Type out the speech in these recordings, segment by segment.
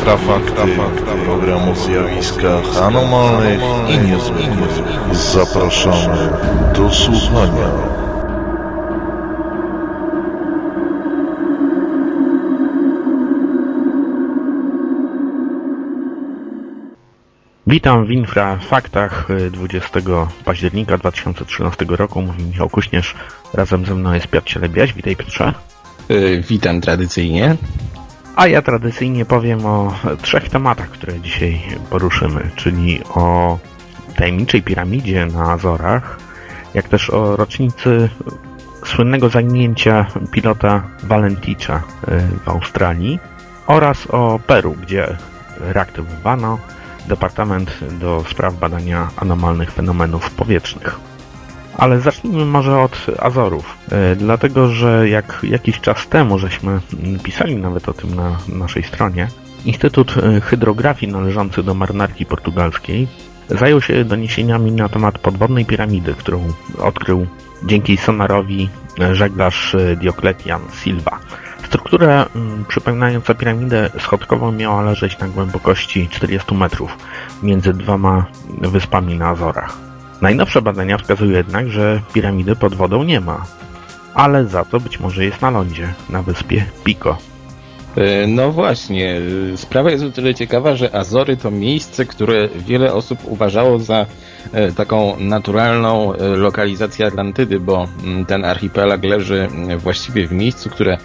Infrafakty, program o zjawiskach anomalnych i niezwykłych. Zapraszamy do słuchania. Witam w Infrafaktach 20 października 2013 roku. Mówi Michał Kuśnierz. Razem ze mną jest Piotr Cielebiaś. Witaj, Piotrze. Witam tradycyjnie. A ja tradycyjnie powiem o 3 tematach, które dzisiaj poruszymy, czyli o tajemniczej piramidzie na Azorach, jak też o rocznicy słynnego zaginięcia pilota Valenticha w Australii oraz o Peru, gdzie reaktywowano Departament do Spraw Badania Anomalnych Fenomenów Powietrznych. Ale zacznijmy może od Azorów, dlatego że jak jakiś czas temu żeśmy pisali nawet o tym na naszej stronie, Instytut Hydrografii należący do Marynarki Portugalskiej zajął się doniesieniami na temat podwodnej piramidy, którą odkrył dzięki sonarowi żeglarz Diocletian Silva. Struktura przypominająca piramidę schodkową miała leżeć na głębokości 40 metrów między 2 wyspami na Azorach. Najnowsze badania wskazują jednak, że piramidy pod wodą nie ma, ale za to być może jest na lądzie, na wyspie Pico. No właśnie, sprawa jest o tyle ciekawa, że Azory to miejsce, które wiele osób uważało za taką naturalną lokalizację Atlantydy, bo ten archipelag leży właściwie w miejscu, które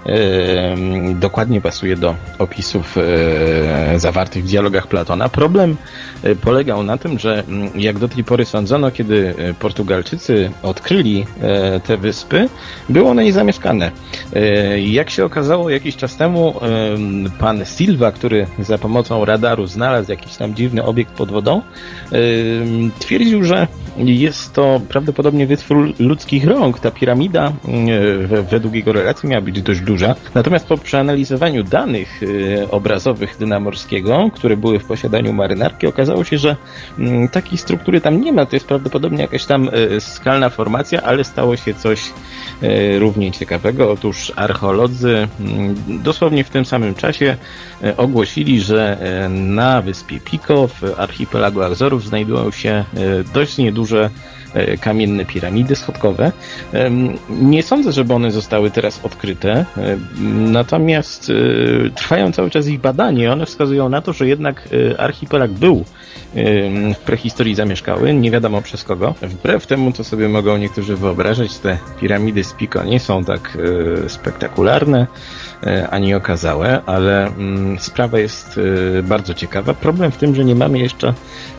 dokładnie pasuje do opisów zawartych w dialogach Platona. Problem polegał na tym, że jak do tej pory sądzono, kiedy Portugalczycy odkryli te wyspy, były one niezamieszkane. Jak się okazało jakiś czas temu, pan Silva, który za pomocą radaru znalazł jakiś tam dziwny obiekt pod wodą, twierdził, że jest to prawdopodobnie wytwór ludzkich rąk. Ta piramida według jego relacji miała być dość duża. Natomiast po przeanalizowaniu danych obrazowych Dynamorskiego, które były w posiadaniu marynarki, okazało się, że takiej struktury tam nie ma. To jest prawdopodobnie jakaś tam skalna formacja, ale stało się coś równie ciekawego. Otóż archeolodzy dosłownie w tym samym czasie ogłosili, że na wyspie Pico w archipelagu Azorów znajdują się dość nieduże kamienne piramidy schodkowe. Nie sądzę, żeby one zostały teraz odkryte, natomiast trwają cały czas ich badanie. One wskazują na to, że jednak archipelag był w prehistorii zamieszkały, nie wiadomo przez kogo. Wbrew temu, co sobie mogą niektórzy wyobrażać, te piramidy z Pico nie są tak spektakularne ani okazałe, ale sprawa jest bardzo ciekawa. Problem w tym, że nie mamy jeszcze,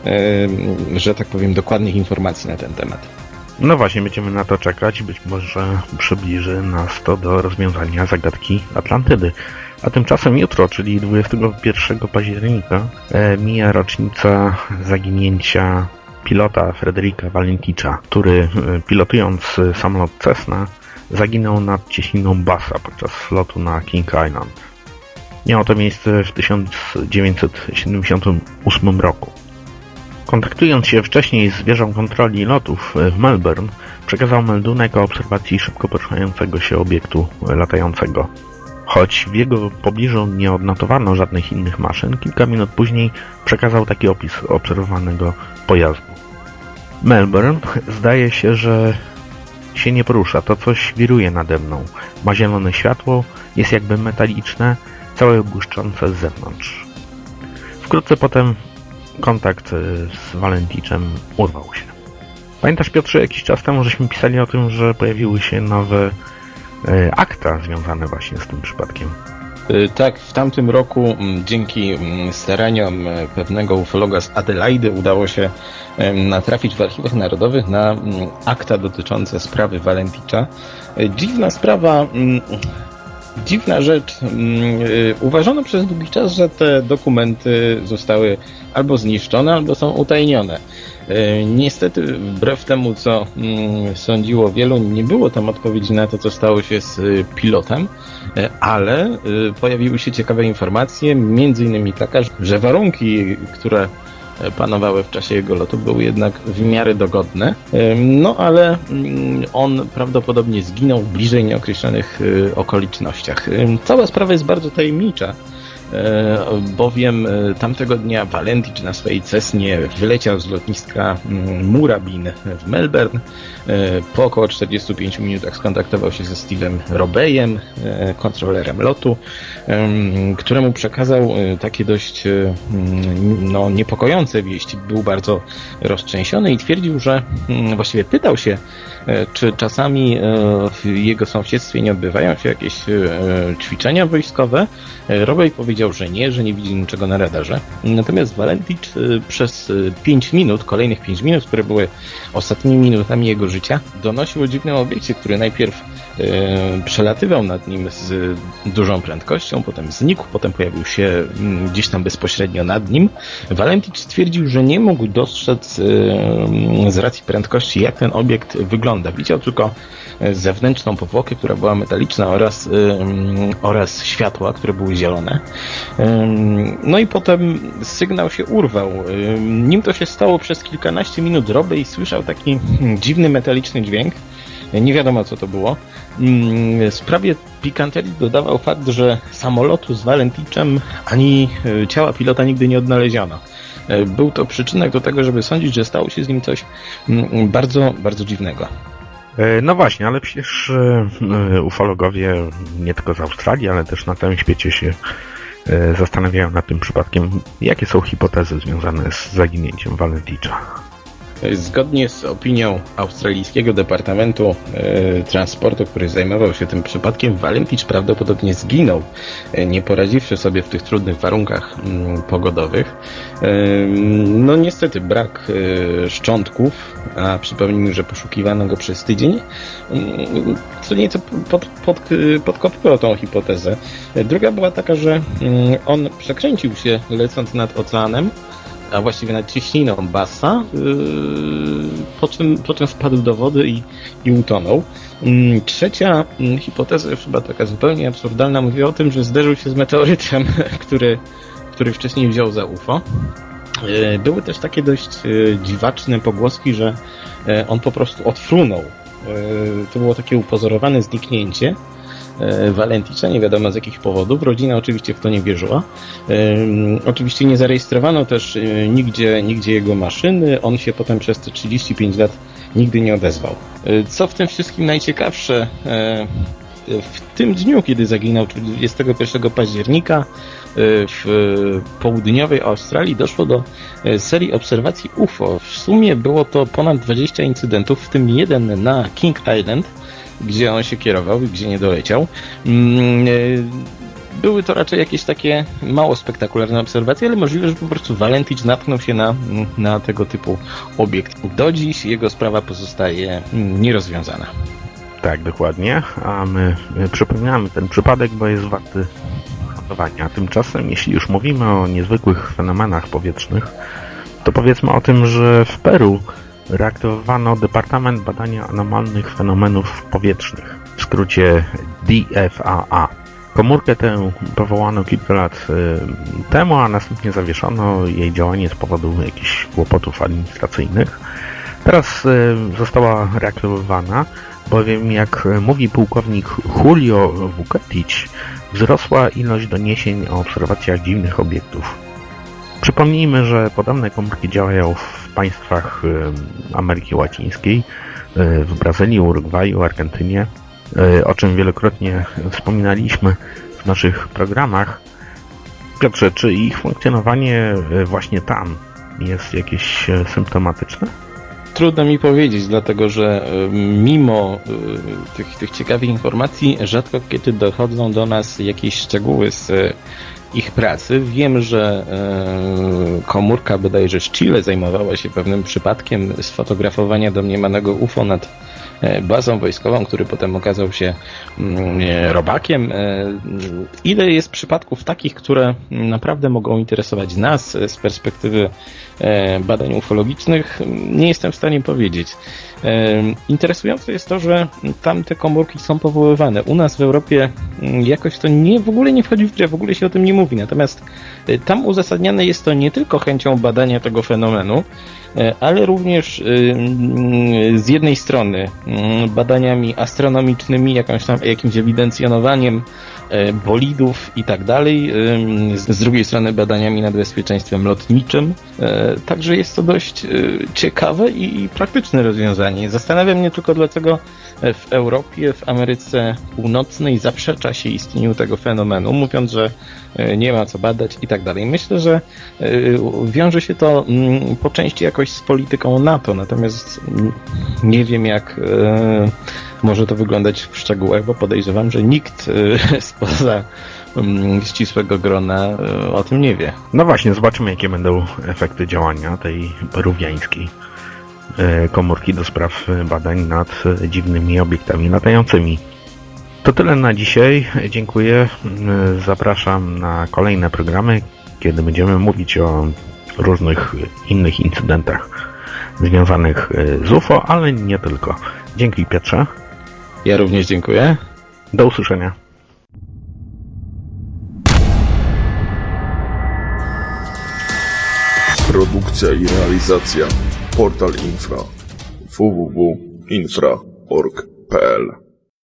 że tak powiem, dokładnych informacji na ten temat. No właśnie, będziemy na to czekać. Być może przybliży nas to do rozwiązania zagadki Atlantydy. A tymczasem jutro, czyli 21 października, mija rocznica zaginięcia pilota Frederica Valenticha, który pilotując samolot Cessna zaginął nad cieśniną Bassa podczas lotu na King Island. Miało to miejsce w 1978 roku. Kontaktując się wcześniej z wieżą kontroli lotów w Melbourne, przekazał meldunek o obserwacji szybko poruszającego się obiektu latającego. Choć w jego pobliżu nie odnotowano żadnych innych maszyn, kilka minut później przekazał taki opis obserwowanego pojazdu. Melbourne zdaje się, że się nie porusza, to coś wiruje nade mną. Ma zielone światło, jest jakby metaliczne, całe błyszczące z zewnątrz. Wkrótce potem kontakt z Valentichem urwał się. Pamiętasz, Piotrze, jakiś czas temu żeśmy pisali o tym, że pojawiły się nowe akta związane właśnie z tym przypadkiem. Tak, w tamtym roku dzięki staraniom pewnego ufologa z Adelaide udało się natrafić w archiwach narodowych na akta dotyczące sprawy Valenticha. Dziwna sprawa, dziwna rzecz. Uważano przez długi czas, że te dokumenty zostały albo zniszczone, albo są utajnione. Niestety, wbrew temu, co sądziło wielu, nie było tam odpowiedzi na to, co stało się z pilotem, ale pojawiły się ciekawe informacje, między innymi taka, że warunki, które panowały w czasie jego lotu, były jednak w miarę dogodne, no ale on prawdopodobnie zginął w bliżej nieokreślonych okolicznościach. Cała sprawa jest bardzo tajemnicza. bowiem tamtego dnia Valentich na swojej Cessnie wyleciał z lotniska Moorabbin w Melbourne. Po około 45 minutach skontaktował się ze Steve'em Robeyem, kontrolerem lotu, któremu przekazał takie dość niepokojące wieści. Był bardzo roztrzęsiony i twierdził, że właściwie pytał się, czy czasami w jego sąsiedztwie nie odbywają się jakieś ćwiczenia wojskowe. Robey powiedział, że nie widzi niczego na radarze. Natomiast Valentich przez 5 minut, kolejnych 5 minut, które były ostatnimi minutami jego życia, donosił o dziwnym obiekcie, który najpierw przelatywał nad nim z dużą prędkością, potem znikł, potem pojawił się gdzieś tam bezpośrednio nad nim. Valentich stwierdził, że nie mógł dostrzec z racji prędkości, jak ten obiekt wygląda. Widział tylko zewnętrzną powłokę, która była metaliczna oraz światła, które były zielone. No i potem sygnał się urwał. Nim to się stało, przez kilkanaście minut Robey słyszał taki dziwny metaliczny dźwięk. Nie wiadomo, co to było. Sprawie pikanterii dodawał fakt, że samolotu z Valentichem ani ciała pilota nigdy nie odnaleziono. Był to przyczynek do tego, żeby sądzić, że stało się z nim coś bardzo, bardzo dziwnego. No właśnie, ale przecież ufologowie nie tylko z Australii, ale też na całym świecie się zastanawiają nad tym przypadkiem, jakie są hipotezy związane z zaginięciem Valenticha. Zgodnie z opinią australijskiego Departamentu Transportu, który zajmował się tym przypadkiem, Valentich prawdopodobnie zginął, nie poradziwszy sobie w tych trudnych warunkach pogodowych. No niestety brak szczątków, a przypomnijmy, że poszukiwano go przez tydzień, co nieco podkopywało tą hipotezę. Druga była taka, że on przekręcił się lecąc nad oceanem, a właściwie nad cieśniną Bassa, po czym wpadł do wody i utonął. Trzecia hipoteza, już chyba taka zupełnie absurdalna, mówi o tym, że zderzył się z meteorytem, który wcześniej wziął za UFO. Były też takie dość dziwaczne pogłoski, że on po prostu odfrunął. To było takie upozorowane zniknięcie Valenticha, nie wiadomo z jakich powodów. Rodzina oczywiście w to nie wierzyła. Oczywiście nie zarejestrowano też nigdzie jego maszyny. On się potem przez te 35 lat nigdy nie odezwał. Co w tym wszystkim najciekawsze, w tym dniu, kiedy zaginął, czyli 21 października, w południowej Australii doszło do serii obserwacji UFO. W sumie było to ponad 20 incydentów, w tym jeden na King Island, gdzie on się kierował i gdzie nie doleciał. Były to raczej jakieś takie mało spektakularne obserwacje, ale możliwe, że po prostu Valentich natknął się na tego typu obiekt. Do dziś jego sprawa pozostaje nierozwiązana. Tak, dokładnie. A my przypominamy ten przypadek, bo jest warty notowania. Tymczasem, jeśli już mówimy o niezwykłych fenomenach powietrznych, to powiedzmy o tym, że w Peru reaktywowano Departament Badania Anomalnych Fenomenów Powietrznych, w skrócie DFAA. Komórkę tę powołano kilka lat temu, a następnie zawieszono jej działanie z powodu jakichś kłopotów administracyjnych. Teraz została reaktywowana, bowiem jak mówi pułkownik Julio Vucetich, wzrosła ilość doniesień o obserwacjach dziwnych obiektów. Przypomnijmy, że podobne komórki działają w państwach Ameryki Łacińskiej, w Brazylii, Urugwaju, Argentynie, o czym wielokrotnie wspominaliśmy w naszych programach. Piotrze, czy ich funkcjonowanie właśnie tam jest jakieś symptomatyczne? Trudno mi powiedzieć, dlatego że mimo tych ciekawych informacji rzadko kiedy dochodzą do nas jakieś szczegóły z ich pracy. Wiem, że komórka bodajże z Chile zajmowała się pewnym przypadkiem sfotografowania domniemanego UFO nad bazą wojskową, który potem okazał się robakiem. Ile jest przypadków takich, które naprawdę mogą interesować nas z perspektywy badań ufologicznych, nie jestem w stanie powiedzieć. Interesujące jest to, że tam te komórki są powoływane. U nas w Europie jakoś to w ogóle nie wchodzi w grę, w ogóle się o tym nie mówi. Natomiast tam uzasadniane jest to nie tylko chęcią badania tego fenomenu, ale również z jednej strony badaniami astronomicznymi, jakimś ewidencjonowaniem bolidów i tak dalej, z drugiej strony badaniami nad bezpieczeństwem lotniczym. Także jest to dość ciekawe i praktyczne rozwiązanie. Zastanawia mnie tylko, dlaczego w Europie, w Ameryce Północnej zaprzecza się istnieniu tego fenomenu, mówiąc, że nie ma co badać i tak dalej. Myślę, że wiąże się to po części jakoś z polityką NATO, natomiast nie wiem, jak może to wyglądać w szczegółach, bo podejrzewam, że nikt spoza ścisłego grona o tym nie wie. No właśnie, zobaczymy, jakie będą efekty działania tej peruwiańskiej komórki do spraw badań nad dziwnymi obiektami latającymi. To tyle na dzisiaj. Dziękuję. Zapraszam na kolejne programy, kiedy będziemy mówić o różnych innych incydentach związanych z UFO, ale nie tylko. Dzięki, Piotrze. Ja również dziękuję. Do usłyszenia. Produkcja i realizacja Portal Infra www.infra.org.pl